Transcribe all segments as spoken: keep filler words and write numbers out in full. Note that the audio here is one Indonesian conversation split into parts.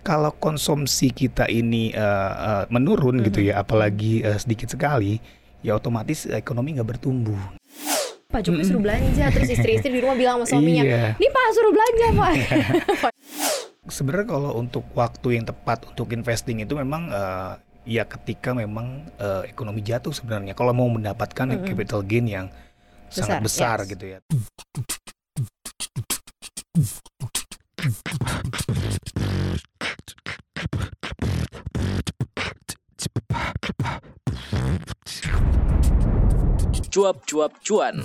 kalau konsumsi kita ini uh, uh, menurun mm-hmm. gitu ya, apalagi uh, sedikit sekali, ya otomatis ekonomi nggak bertumbuh. Pak Jokowi mm-hmm. suruh belanja, terus istri-istri di rumah bilang sama suaminya, iya. nih Pak suruh belanja Pak. Sebenarnya kalau untuk waktu yang tepat untuk investing itu memang uh, ya ketika memang uh, ekonomi jatuh sebenarnya. Kalau mau mendapatkan mm-hmm. capital gain yang besar, sangat besar yes. gitu ya. Cuap-cuap cuan.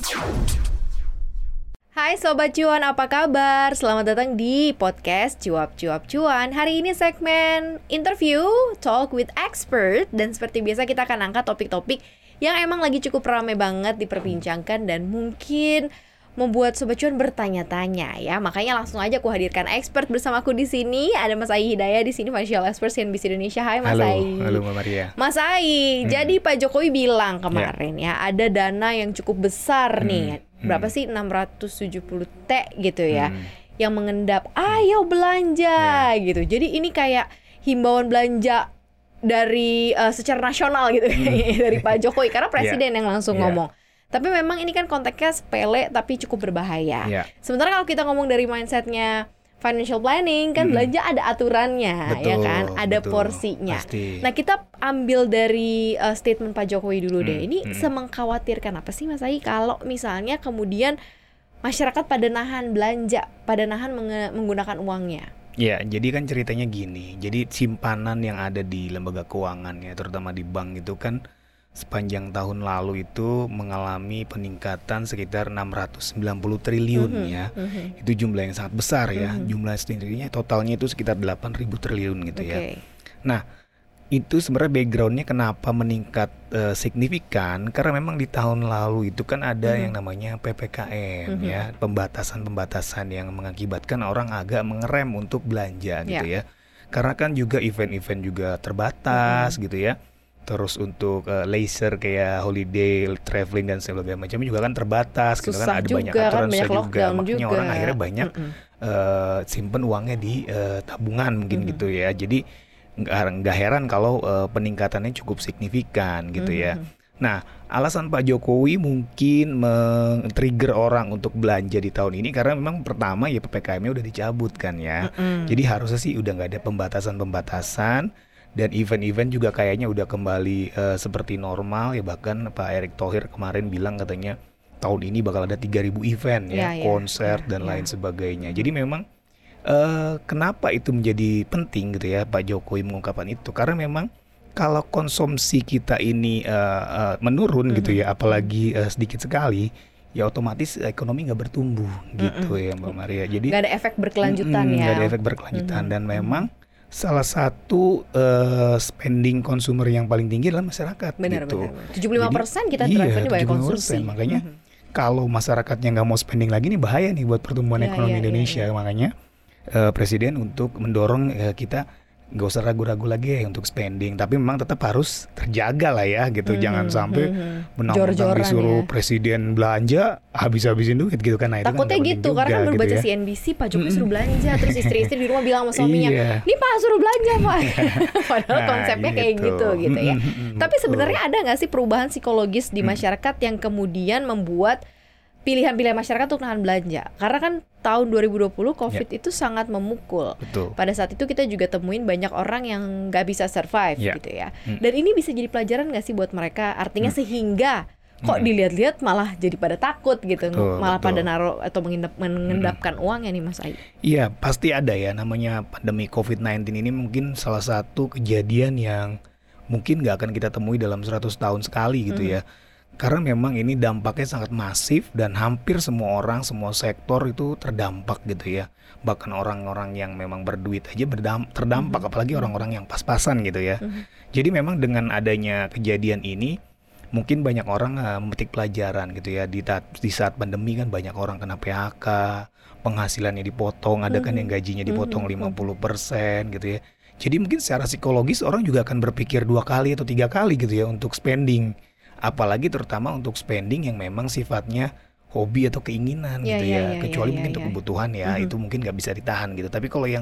Hai Sobat Cuan, apa kabar? Selamat datang di podcast Cuap-cuap cuan. Hari ini segmen interview, talk with expert. Dan seperti biasa kita akan angkat topik-topik yang emang lagi cukup ramai banget diperbincangkan dan mungkin membuat Sobat Cuan bertanya-tanya ya. Makanya langsung aja aku hadirkan expert bersama aku di sini. Ada Mas Ai Hidayat di sini, financial expert C N B C Indonesia. Hai Mas halo, Ai. Halo Mbak Maria. Mas Ai, hmm. jadi Pak Jokowi bilang kemarin yeah. ya, ada dana yang cukup besar hmm. nih. Berapa hmm. sih? enam ratus tujuh puluh T gitu ya. Hmm. Yang mengendap, ayo belanja yeah. gitu. Jadi ini kayak himbauan belanja dari uh, secara nasional gitu hmm. dari Pak Jokowi karena presiden yeah. yang langsung yeah. ngomong. Tapi memang ini kan konteksnya sepele tapi cukup berbahaya. Yeah. Sementara kalau kita ngomong dari mindsetnya financial planning kan hmm. belanja ada aturannya, betul, ya kan, ada betul, porsinya. Pasti. Nah kita ambil dari uh, statement Pak Jokowi dulu hmm. deh. Ini hmm. semengkhawatirkan apa sih Mas Ai kalau misalnya kemudian masyarakat pada nahan belanja, pada nahan menge- menggunakan uangnya? Ya, jadi kan ceritanya gini. Jadi simpanan yang ada di lembaga keuangan ya, terutama di bank itu kan sepanjang tahun lalu itu mengalami peningkatan sekitar enam ratus sembilan puluh triliun mm-hmm, ya. Mm-hmm. Itu jumlah yang sangat besar ya. Mm-hmm. Jumlah sendirinya totalnya itu sekitar delapan ribu triliun gitu okay. ya. Nah, itu sebenarnya backgroundnya kenapa meningkat uh, signifikan karena memang di tahun lalu itu kan ada mm-hmm. yang namanya P P K M mm-hmm. ya, pembatasan-pembatasan yang mengakibatkan orang agak mengerem untuk belanja gitu yeah. ya. Karena kan juga event-event juga terbatas mm-hmm. gitu ya. Terus untuk uh, leisure kayak holiday, traveling dan segala macam juga kan terbatas, gitu kan ada juga, banyak aturan kan, banyak juga, makanya juga. orang akhirnya banyak uh, simpen uangnya di uh, tabungan mungkin mm-hmm. gitu ya. Jadi nggak heran kalau uh, peningkatannya cukup signifikan gitu mm-hmm. ya. Nah, alasan Pak Jokowi mungkin men-trigger orang untuk belanja di tahun ini karena memang pertama ya P P K M-nya udah dicabut kan ya. Mm-hmm. Jadi harusnya sih udah nggak ada pembatasan-pembatasan. Dan event-event juga kayaknya udah kembali uh, seperti normal ya. Bahkan Pak Erick Thohir kemarin bilang katanya tahun ini bakal ada tiga ribu event ya, ya konser ya, dan ya. lain sebagainya. Jadi memang uh, kenapa itu menjadi penting gitu ya Pak Jokowi mengungkapkan itu. Karena memang kalau konsumsi kita ini uh, uh, menurun mm-hmm. gitu ya, apalagi uh, sedikit sekali, ya otomatis ekonomi nggak bertumbuh gitu mm-hmm. ya Mbak Maria. Jadi nggak ada efek berkelanjutan mm-hmm, ya. Nggak ada efek berkelanjutan mm-hmm. dan memang salah satu uh, spending consumer yang paling tinggi adalah masyarakat. Benar, gitu. benar. tujuh puluh lima persen kita drive-nya banyak konsumsi. Makanya mm-hmm. kalau masyarakatnya nggak mau spending lagi nih bahaya nih buat pertumbuhan ya, ekonomi ya, Indonesia. ya, ya. Makanya uh, Presiden untuk mendorong uh, kita nggak usah ragu-ragu lagi ya untuk spending. Tapi memang tetap harus terjaga lah ya gitu. Mm-hmm. Jangan sampai mm-hmm. menang-menang disuruh ya. Presiden belanja habis-habisin duit gitu kan. Nah, takutnya itu kan gitu karena kan berbaca gitu ya. C N B C Pak Jokowi mm-hmm. suruh belanja, terus istri-istri di rumah bilang sama suaminya, nih Pak suruh belanja Pak. Padahal nah, konsepnya gitu. kayak gitu gitu ya. Mm-hmm. Tapi sebenarnya ada nggak sih perubahan psikologis di mm-hmm. masyarakat yang kemudian membuat pilihan-pilihan masyarakat untuk nahan belanja? Karena kan tahun dua ribu dua puluh COVID yeah. itu sangat memukul. Betul. Pada saat itu kita juga temuin banyak orang yang nggak bisa survive yeah. gitu ya. Hmm. Dan ini bisa jadi pelajaran nggak sih buat mereka? Artinya hmm. sehingga kok hmm. dilihat-lihat malah jadi pada takut gitu, betul, malah betul. pada naruh atau mengendap, mengendapkan hmm. uangnya nih Mas Ai. Iya pasti ada ya, namanya pandemi covid sembilan belas ini mungkin salah satu kejadian yang mungkin nggak akan kita temui dalam seratus tahun sekali gitu hmm. ya. Karena memang ini dampaknya sangat masif dan hampir semua orang, semua sektor itu terdampak gitu ya. Bahkan orang-orang yang memang berduit aja berdam- terdampak, mm-hmm. apalagi orang-orang yang pas-pasan gitu ya. Mm-hmm. Jadi memang dengan adanya kejadian ini, mungkin banyak orang uh, memetik pelajaran gitu ya. Di, ta- di saat pandemi kan banyak orang kena P H K, penghasilannya dipotong, ada mm-hmm. kan yang gajinya dipotong mm-hmm. lima puluh persen gitu ya. Jadi mungkin secara psikologis orang juga akan berpikir dua kali atau tiga kali gitu ya untuk spending. Apalagi terutama untuk spending yang memang sifatnya hobi atau keinginan yeah, gitu ya, yeah, yeah, kecuali yeah, mungkin yeah, untuk yeah. kebutuhan ya, mm-hmm. itu mungkin nggak bisa ditahan gitu. Tapi kalau yang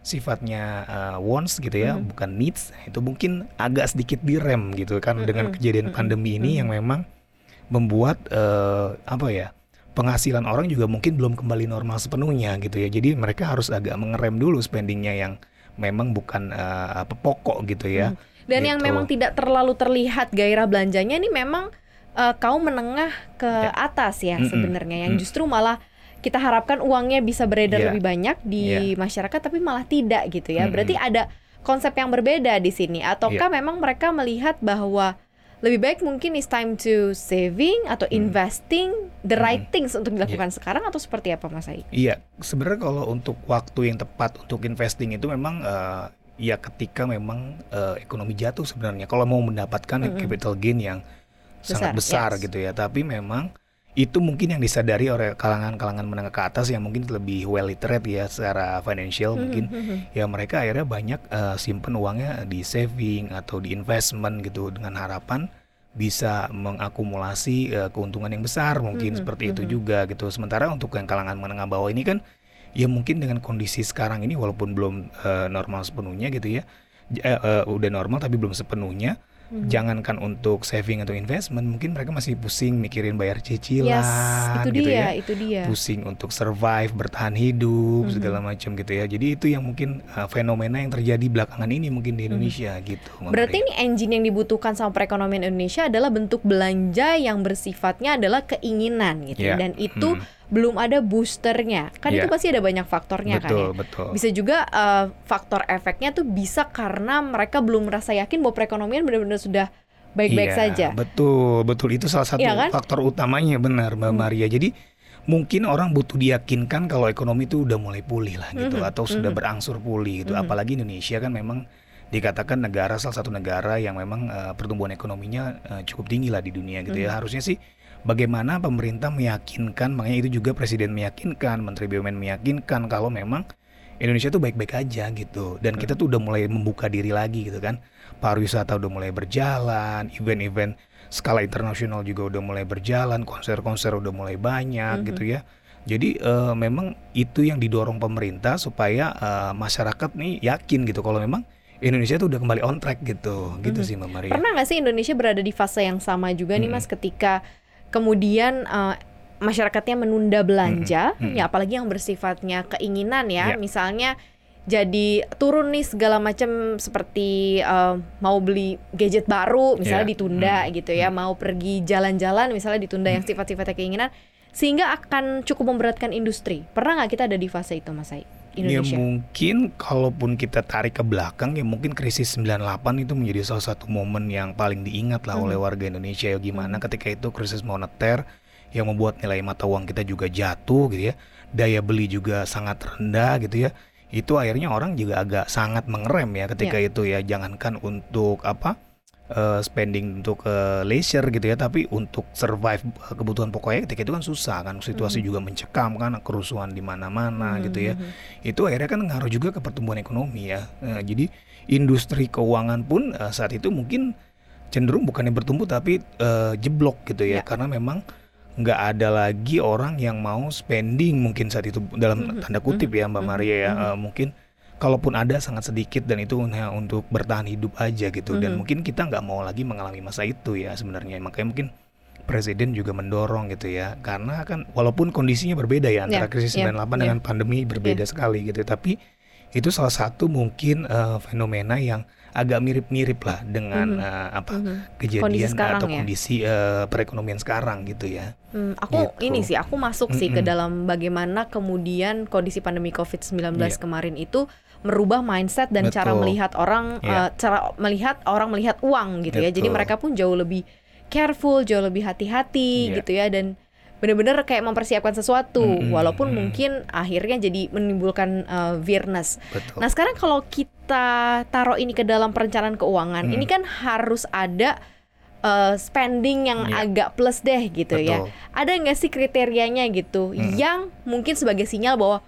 sifatnya uh, wants gitu ya, Mhm. bukan needs, itu mungkin agak sedikit direm gitu kan dengan Mhm. kejadian Mhm. pandemi ini Mhm. yang memang membuat uh, apa ya, penghasilan orang juga mungkin belum kembali normal sepenuhnya gitu ya. Jadi mereka harus agak mengerem dulu spendingnya yang memang bukan uh, apa pokok gitu ya. Mhm. Dan yang Gitu. memang tidak terlalu terlihat gairah belanjanya ini memang uh, kaum menengah ke Ya. atas ya Mm-mm. sebenarnya, yang Mm. justru malah kita harapkan uangnya bisa beredar Ya. lebih banyak di Ya. masyarakat, tapi malah tidak gitu ya. Mm-mm. Berarti ada konsep yang berbeda di sini, ataukah Ya. memang mereka melihat bahwa lebih baik mungkin it's time to saving atau Mm. investing the right Mm-mm. things untuk dilakukan sekarang, atau seperti apa Mas Ai? Iya, sebenarnya kalau untuk waktu yang tepat untuk investing itu memang uh, ya ketika memang uh, ekonomi jatuh sebenarnya. Kalau mau mendapatkan Mm-mm. capital gain yang sangat besar yes. gitu ya. Tapi memang itu mungkin yang disadari oleh kalangan-kalangan menengah ke atas yang mungkin lebih well literate ya secara financial. Mhm, Mungkin mhm. ya mereka akhirnya banyak uh, simpen uangnya di saving atau di investment gitu dengan harapan bisa mengakumulasi uh, keuntungan yang besar mungkin Mhm, seperti itu mhm. juga gitu. Sementara untuk yang kalangan menengah bawah ini kan ya mungkin dengan kondisi sekarang ini walaupun belum uh, normal sepenuhnya gitu ya, j- eh, eh, udah normal tapi belum sepenuhnya. Mhm. Jangankan untuk saving atau investment, mungkin mereka masih pusing mikirin bayar cicilan, Yes, itu gitu dia, ya. itu dia. Pusing untuk survive, bertahan hidup, Mhm. segala macam gitu ya. Jadi itu yang mungkin uh, fenomena yang terjadi belakangan ini mungkin di Indonesia gitu. Mbak Berarti Maria. ini engine yang dibutuhkan sama perekonomian Indonesia adalah bentuk belanja yang bersifatnya adalah keinginan gitu. Ya. Dan itu Hmm. belum ada boosternya. Kan Ya. itu pasti ada banyak faktornya kan ya. Betul, betul. Bisa juga uh, faktor efeknya tuh bisa karena mereka belum merasa yakin bahwa perekonomian benar-benar sudah baik-baik Iya, saja. betul, betul itu salah satu Iya kan? faktor utamanya benar Mbak Hmm. Maria. Jadi mungkin orang butuh diyakinkan kalau ekonomi itu udah mulai pulih lah gitu, Mhm, atau sudah mhm. berangsur pulih gitu. Mhm. Apalagi Indonesia kan memang dikatakan negara salah satu negara yang memang uh, pertumbuhan ekonominya uh, cukup tinggi lah di dunia gitu ya. Mhm. Harusnya sih bagaimana pemerintah meyakinkan, makanya itu juga Presiden meyakinkan, Menteri B U M N meyakinkan kalau memang Indonesia tuh baik-baik aja gitu. Dan kita tuh udah mulai membuka diri lagi gitu kan. Pariwisata udah mulai berjalan, event-event skala internasional juga udah mulai berjalan, konser-konser udah mulai banyak Mhm. gitu ya. Jadi eh, memang itu yang didorong pemerintah supaya eh, masyarakat nih yakin gitu kalau memang Indonesia tuh udah kembali on track gitu. Gitu Mhm. sih Mbak Maria. Pernah nggak sih Indonesia berada di fase yang sama juga nih Mhm. Mas, ketika kemudian uh, masyarakatnya menunda belanja, Mhm. Mhm. ya apalagi yang bersifatnya keinginan ya, Ya. misalnya jadi turun nih segala macam seperti uh, mau beli gadget baru misalnya Ya. ditunda Mhm. gitu ya, mau pergi jalan-jalan misalnya ditunda yang sifat-sifatnya keinginan, sehingga akan cukup memberatkan industri. Pernah nggak kita ada di fase itu Mas Ai? Ya Indonesia. mungkin kalaupun kita tarik ke belakang ya mungkin krisis sembilan delapan itu menjadi salah satu momen yang paling diingat lah Mhm. oleh warga Indonesia ya, gimana ketika itu krisis moneter yang membuat nilai mata uang kita juga jatuh gitu ya, daya beli juga sangat rendah gitu ya. Itu akhirnya orang juga agak sangat mengerem ya ketika itu ya, jangankan untuk apa eh, spending untuk eh, leisure gitu ya, tapi untuk survive eh, kebutuhan pokoknya ketika itu kan susah kan, situasi Mhm. juga mencekam kan, kerusuhan di mana-mana Mhm, gitu ya. mhm. Itu akhirnya kan ngaruh juga ke pertumbuhan ekonomi ya. Eh, jadi industri keuangan pun eh, saat itu mungkin cenderung bukannya bertumbuh tapi eh, jeblok gitu ya, Ya. karena memang nggak ada lagi orang yang mau spending mungkin saat itu dalam Mhm, tanda kutip mhm, ya Mbak mhm, Maria ya. mhm. Eh, mungkin kalaupun ada sangat sedikit dan itu hanya untuk bertahan hidup aja gitu, dan Mhm. mungkin kita nggak mau lagi mengalami masa itu ya sebenarnya. Makanya mungkin Presiden juga mendorong gitu ya, karena kan walaupun kondisinya berbeda ya antara Ya, krisis ya, sembilan puluh delapan ya. dengan pandemi berbeda sekali gitu, tapi itu salah satu mungkin eh, fenomena yang agak mirip-mirip lah dengan Mhm. eh, apa Mhm. kejadian Kondisi sekarang atau ya? kondisi eh, perekonomian sekarang gitu ya. Hmm, aku Gitu. ini sih, aku masuk sih ke Mm-mm. dalam bagaimana kemudian kondisi pandemi covid sembilan belas Iya. kemarin itu merubah mindset dan cara Betul. melihat orang, Iya. eh, cara melihat orang melihat uang gitu ya. Jadi Betul. mereka pun jauh lebih careful, jauh lebih hati-hati Iya. gitu ya, dan benar-benar kayak mempersiapkan sesuatu, Mm-mm, walaupun mm. mungkin akhirnya jadi menimbulkan uh, weirdness. Betul. Nah sekarang kalau kita taruh ini ke dalam perencanaan keuangan, Hmm. ini kan harus ada uh, spending yang Iya. agak plus deh gitu ya. Betul. Ada nggak sih kriterianya gitu Hmm. yang mungkin sebagai sinyal bahwa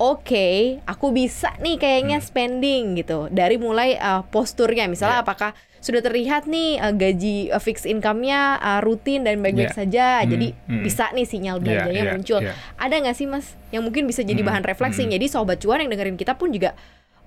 oke, aku bisa nih kayaknya Hmm. spending gitu. Dari mulai uh, posturnya, misalnya Yeah. apakah sudah terlihat nih uh, gaji uh, fixed income-nya uh, rutin dan baik-baik Yeah. saja, Hmm, jadi hmm. bisa nih sinyal Iya, belanjanya iya, muncul. iya. Ada nggak sih Mas yang mungkin bisa jadi Hmm, bahan refleksi? hmm. Jadi sobat cuan yang dengerin kita pun juga,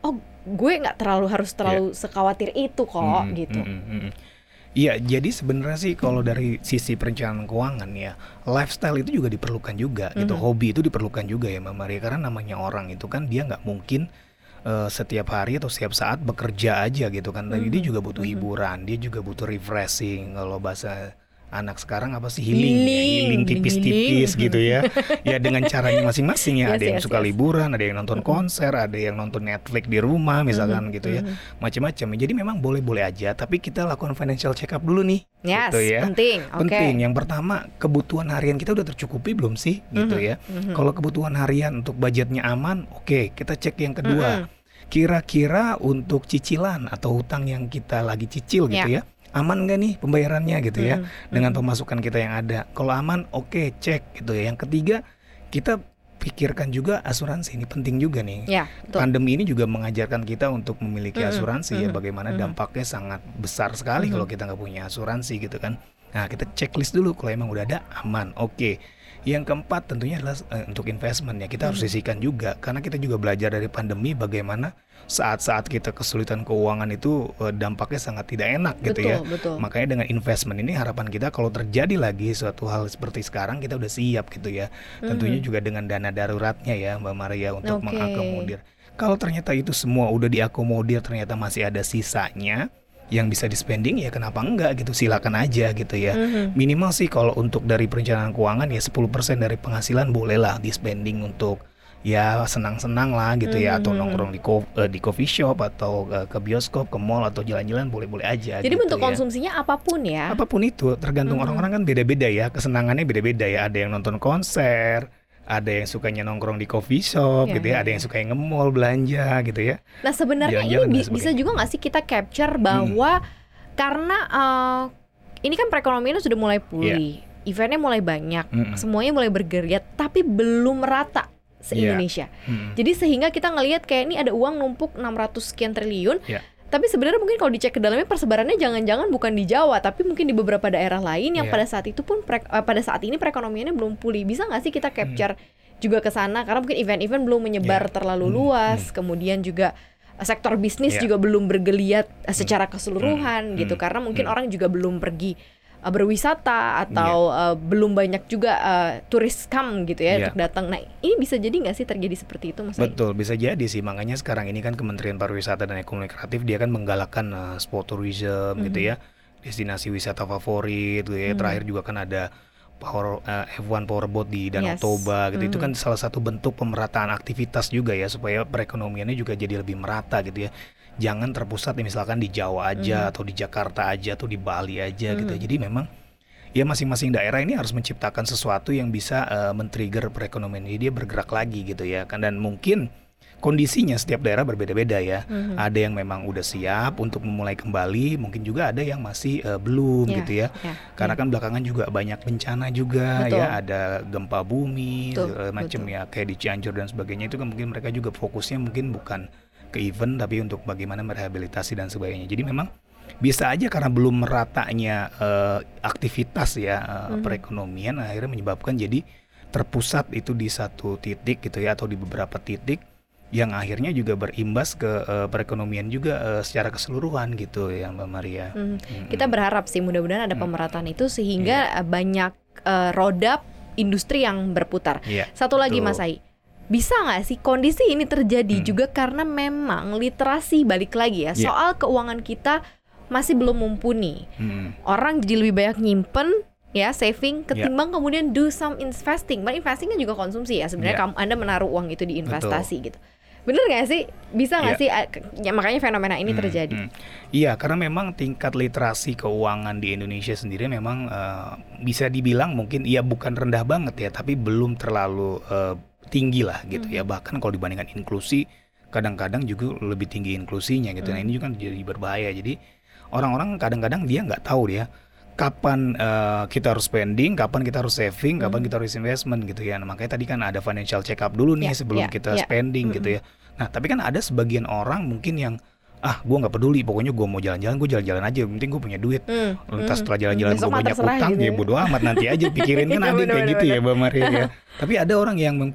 oh gue nggak terlalu harus terlalu yeah. sekhawatir itu kok mm-hmm, gitu. Mm-hmm. Iya, jadi sebenarnya sih kalau dari sisi perencanaan keuangan ya, lifestyle itu juga diperlukan juga mm-hmm. gitu, hobi itu diperlukan juga ya Mbak Maria, karena namanya orang itu kan dia nggak mungkin uh, setiap hari atau setiap saat bekerja aja gitu kan, mm-hmm. dia juga butuh mm-hmm. hiburan, dia juga butuh refreshing, kalau bahasa anak sekarang apa sih healing, healing, ya, healing tipis-tipis gitu ya, ya dengan caranya masing-masing ya. Yes, ada yang yes, suka yes. liburan, ada yang nonton mm-hmm. konser, ada yang nonton Netflix di rumah misalkan mm-hmm. gitu ya, mm-hmm. macam-macam. Jadi memang boleh-boleh aja, tapi kita lakukan financial check up dulu nih, yes, gitu ya. Penting, okay. penting. Yang pertama, kebutuhan harian kita udah tercukupi belum sih, mm-hmm. gitu ya. Mm-hmm. Kalau kebutuhan harian untuk budgetnya aman, oke, okay, kita cek yang kedua. Mm-hmm. Kira-kira untuk cicilan atau hutang yang kita lagi cicil gitu yeah. ya. Aman nggak nih pembayarannya gitu ya, hmm, dengan pemasukan kita yang ada. Kalau aman, oke okay, cek gitu ya. Yang ketiga, kita pikirkan juga asuransi, ini penting juga nih. Ya, pandemi ini juga mengajarkan kita untuk memiliki hmm, asuransi hmm, ya, bagaimana hmm. dampaknya sangat besar sekali hmm. kalau kita nggak punya asuransi gitu kan. Nah kita checklist dulu, kalau emang udah ada aman, oke. Okay. Yang keempat tentunya adalah uh, untuk investment ya, kita hmm. harus sisihkan juga, karena kita juga belajar dari pandemi bagaimana saat-saat kita kesulitan keuangan itu uh, dampaknya sangat tidak enak gitu betul, ya. Betul. Makanya dengan investment ini harapan kita kalau terjadi lagi suatu hal seperti sekarang kita udah siap gitu ya. Hmm. Tentunya juga dengan dana daruratnya ya Mbak Maria untuk okay. mengakomodir. Kalau ternyata itu semua udah diakomodir, ternyata masih ada sisanya yang bisa di spending, ya kenapa enggak gitu, silakan aja gitu ya. Mm-hmm. Minimal sih kalau untuk dari perencanaan keuangan ya sepuluh persen dari penghasilan bolehlah di spending untuk ya senang-senang lah gitu ya, mm-hmm. atau nongkrong di co- uh, di coffee shop atau uh, ke bioskop, ke mall atau jalan-jalan boleh-boleh aja. Jadi gitu bentuk ya. Konsumsinya apapun ya. Apapun itu, tergantung mm-hmm. orang-orang kan beda-beda ya, kesenangannya beda-beda ya. Ada yang nonton konser, ada yang sukanya nongkrong di coffee shop ya, gitu ya, ya, ada yang suka yang nge-mall belanja gitu ya. Nah sebenarnya jalan-jalan ini bi- bisa juga nggak sih kita capture bahwa hmm. karena uh, ini kan perekonomian sudah mulai pulih, yeah. eventnya mulai banyak, mm-mm. semuanya mulai bergeliat, tapi belum merata se-Indonesia. Yeah. Mm-hmm. Jadi sehingga kita ngelihat kayak ini ada uang numpuk enam ratus sekian triliun. Yeah. Tapi sebenarnya mungkin kalau dicek ke dalamnya persebarannya jangan-jangan bukan di Jawa, tapi mungkin di beberapa daerah lain yang yeah. pada saat itu pun pre- uh, pada saat ini perekonomiannya belum pulih. Bisa nggak sih kita capture hmm. juga ke sana, karena mungkin event-event belum menyebar yeah. terlalu hmm. luas, hmm. kemudian juga uh, sektor bisnis yeah. juga belum bergeliat uh, secara keseluruhan hmm. gitu, karena mungkin hmm. orang juga belum pergi uh, berwisata atau yeah. uh, belum banyak juga uh, turis come gitu ya yeah. untuk datang. Nah ini bisa jadi nggak sih terjadi seperti itu Mas? Betul, bisa jadi sih. Makanya sekarang ini kan Kementerian Pariwisata dan Ekonomi Kreatif dia kan menggalakkan uh, sport tourism mm-hmm. gitu ya, destinasi wisata favorit gitu ya. Mm-hmm. Terakhir juga kan ada Power uh, F satu Powerboat di Danau yes. Toba gitu. Mm-hmm. Itu kan salah satu bentuk pemerataan aktivitas juga ya, supaya perekonomiannya juga jadi lebih merata gitu ya. Jangan terpusat misalkan di Jawa aja mm-hmm. atau di Jakarta aja atau di Bali aja mm-hmm. gitu. Jadi memang ya masing-masing daerah ini harus menciptakan sesuatu yang bisa uh, men-trigger perekonomian ini dia bergerak lagi gitu ya kan. Dan mungkin kondisinya setiap daerah berbeda-beda ya. Mm-hmm. Ada yang memang udah siap untuk memulai kembali, mungkin juga ada yang masih uh, belum yeah, gitu ya. Yeah, Karena yeah. kan belakangan juga banyak bencana juga. Betul. Ya, ada gempa bumi uh, macam ya kayak di Cianjur dan sebagainya. Itu kan mungkin mereka juga fokusnya mungkin bukan ke event tapi untuk bagaimana merehabilitasi dan sebagainya. Jadi memang bisa aja karena belum meratanya uh, aktivitas ya uh, mm-hmm. perekonomian akhirnya menyebabkan jadi terpusat itu di satu titik gitu ya, atau di beberapa titik yang akhirnya juga berimbas ke uh, perekonomian juga uh, secara keseluruhan gitu ya Mbak Maria. Mm-hmm. Mm-hmm. Kita berharap sih mudah-mudahan ada pemerataan mm-hmm. itu sehingga yeah. banyak uh, roda industri yang berputar. Yeah, Satu lagi betul. Mas Ai, bisa nggak sih kondisi ini terjadi hmm. juga karena memang literasi balik lagi ya yeah. soal keuangan kita masih belum mumpuni. Hmm. Orang jadi lebih banyak nyimpen ya, saving ketimbang yeah. kemudian do some investing. But investing kan juga konsumsi ya sebenarnya. Yeah. Kamu Anda menaruh uang itu di investasi Betul. Gitu. Bener nggak sih? Bisa nggak yeah. sih? Ya, makanya fenomena ini hmm. terjadi. Iya, hmm. karena memang tingkat literasi keuangan di Indonesia sendiri memang uh, bisa dibilang mungkin ya bukan rendah banget ya, tapi belum terlalu uh, tinggi lah gitu hmm. ya. Bahkan kalau dibandingkan inklusi, kadang-kadang juga lebih tinggi inklusinya gitu. Hmm. Nah ini juga jadi berbahaya. Jadi orang-orang kadang-kadang dia nggak tahu dia kapan uh, kita harus spending, kapan kita harus saving, kapan hmm. kita harus investment gitu ya. Nah, makanya tadi kan ada financial check up dulu nih yeah, sebelum yeah, kita yeah. spending hmm. gitu ya. Nah tapi kan ada sebagian orang mungkin yang ah gue nggak peduli, pokoknya gue mau jalan-jalan gue jalan-jalan aja, penting gue punya duit. Hmm. Entah setelah jalan-jalan gue banyak utang gitu ya, ya bodo amat nanti aja pikirin kan ada kayak gitu ya Mbak Maria ya. Tapi ada orang yang mungkin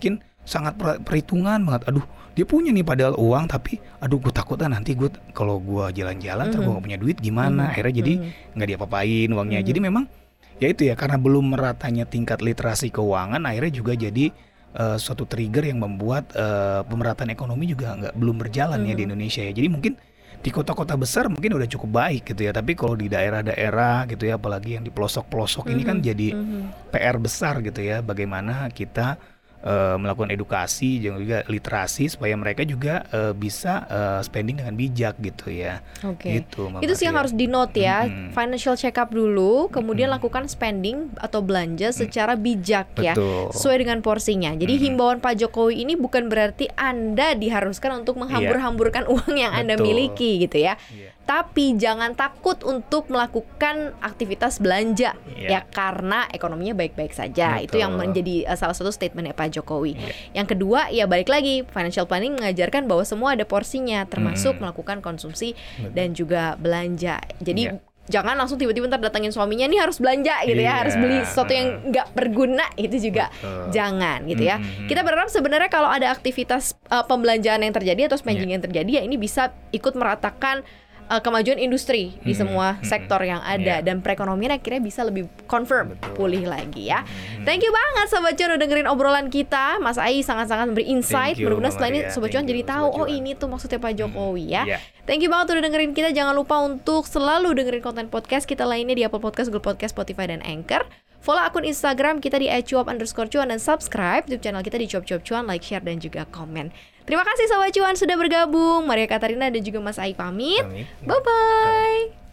sangat per- perhitungan banget. Aduh, dia punya nih padahal uang, tapi aduh gue takut ah nanti gue kalau gue jalan-jalan mm-hmm. terus gue gak punya duit gimana. Mm-hmm. Akhirnya jadi nggak diapa-apain uangnya. Mm-hmm. Jadi memang ya itu ya, karena belum meratanya tingkat literasi keuangan, akhirnya juga jadi uh, suatu trigger yang membuat uh, pemerataan ekonomi juga nggak belum berjalan mm-hmm. ya di Indonesia ya. Jadi mungkin di kota-kota besar mungkin udah cukup baik gitu ya, tapi kalau di daerah-daerah gitu ya, apalagi yang di pelosok-pelosok mm-hmm. ini kan jadi mm-hmm. P R besar gitu ya, bagaimana kita uh, melakukan edukasi dan juga literasi supaya mereka juga uh, bisa uh, spending dengan bijak gitu ya. Oke. Okay. Gitu, itu sih yang harus di note ya, mm-hmm. financial check up dulu, kemudian mm-hmm. lakukan spending atau belanja secara bijak mm-hmm. ya, Betul. sesuai dengan porsinya. Jadi mm-hmm. himbauan Pak Jokowi ini bukan berarti Anda diharuskan untuk menghambur-hamburkan yeah. uang yang Betul. Anda miliki gitu ya. Yeah. Tapi jangan takut untuk melakukan aktivitas belanja yeah. ya, karena ekonominya baik-baik saja. Betul. Itu yang menjadi uh, salah satu statementnya Pak Jokowi. Yeah. Yang kedua ya balik lagi, financial planning mengajarkan bahwa semua ada porsinya, termasuk mm. melakukan konsumsi Betul. Dan juga belanja. Jadi yeah. jangan langsung tiba-tiba ntar datangin suaminya nih harus belanja gitu yeah. ya, harus beli sesuatu yang nggak berguna, itu juga Betul. Jangan gitu ya. Mm-hmm. Kita berharap sebenarnya kalau ada aktivitas uh, pembelanjaan yang terjadi atau spending yeah. yang terjadi ya ini bisa ikut meratakan Uh, kemajuan industri di semua hmm, sektor yang ada yeah. dan perekonomian akhirnya bisa lebih confirm Betul. Pulih lagi ya. Hmm. Thank you banget Sobat Cuan udah dengerin obrolan kita. Mas Ai sangat-sangat memberi insight. Mudah-mudahan setelah ini Sobat Cuan jadi tahu oh ini tuh maksudnya Pak Jokowi ya. Yeah. Thank you banget udah dengerin kita. Jangan lupa untuk selalu dengerin konten podcast kita lainnya di Apple Podcast, Google Podcast, Spotify dan Anchor. Follow akun Instagram kita di et cuap underscore cuan dan subscribe YouTube channel kita di Cuap Cuap Cuan, like, share dan juga komen. Terima kasih Sobat Cuan sudah bergabung. Maria Katarina dan juga Mas Ai pamit. Bye bye.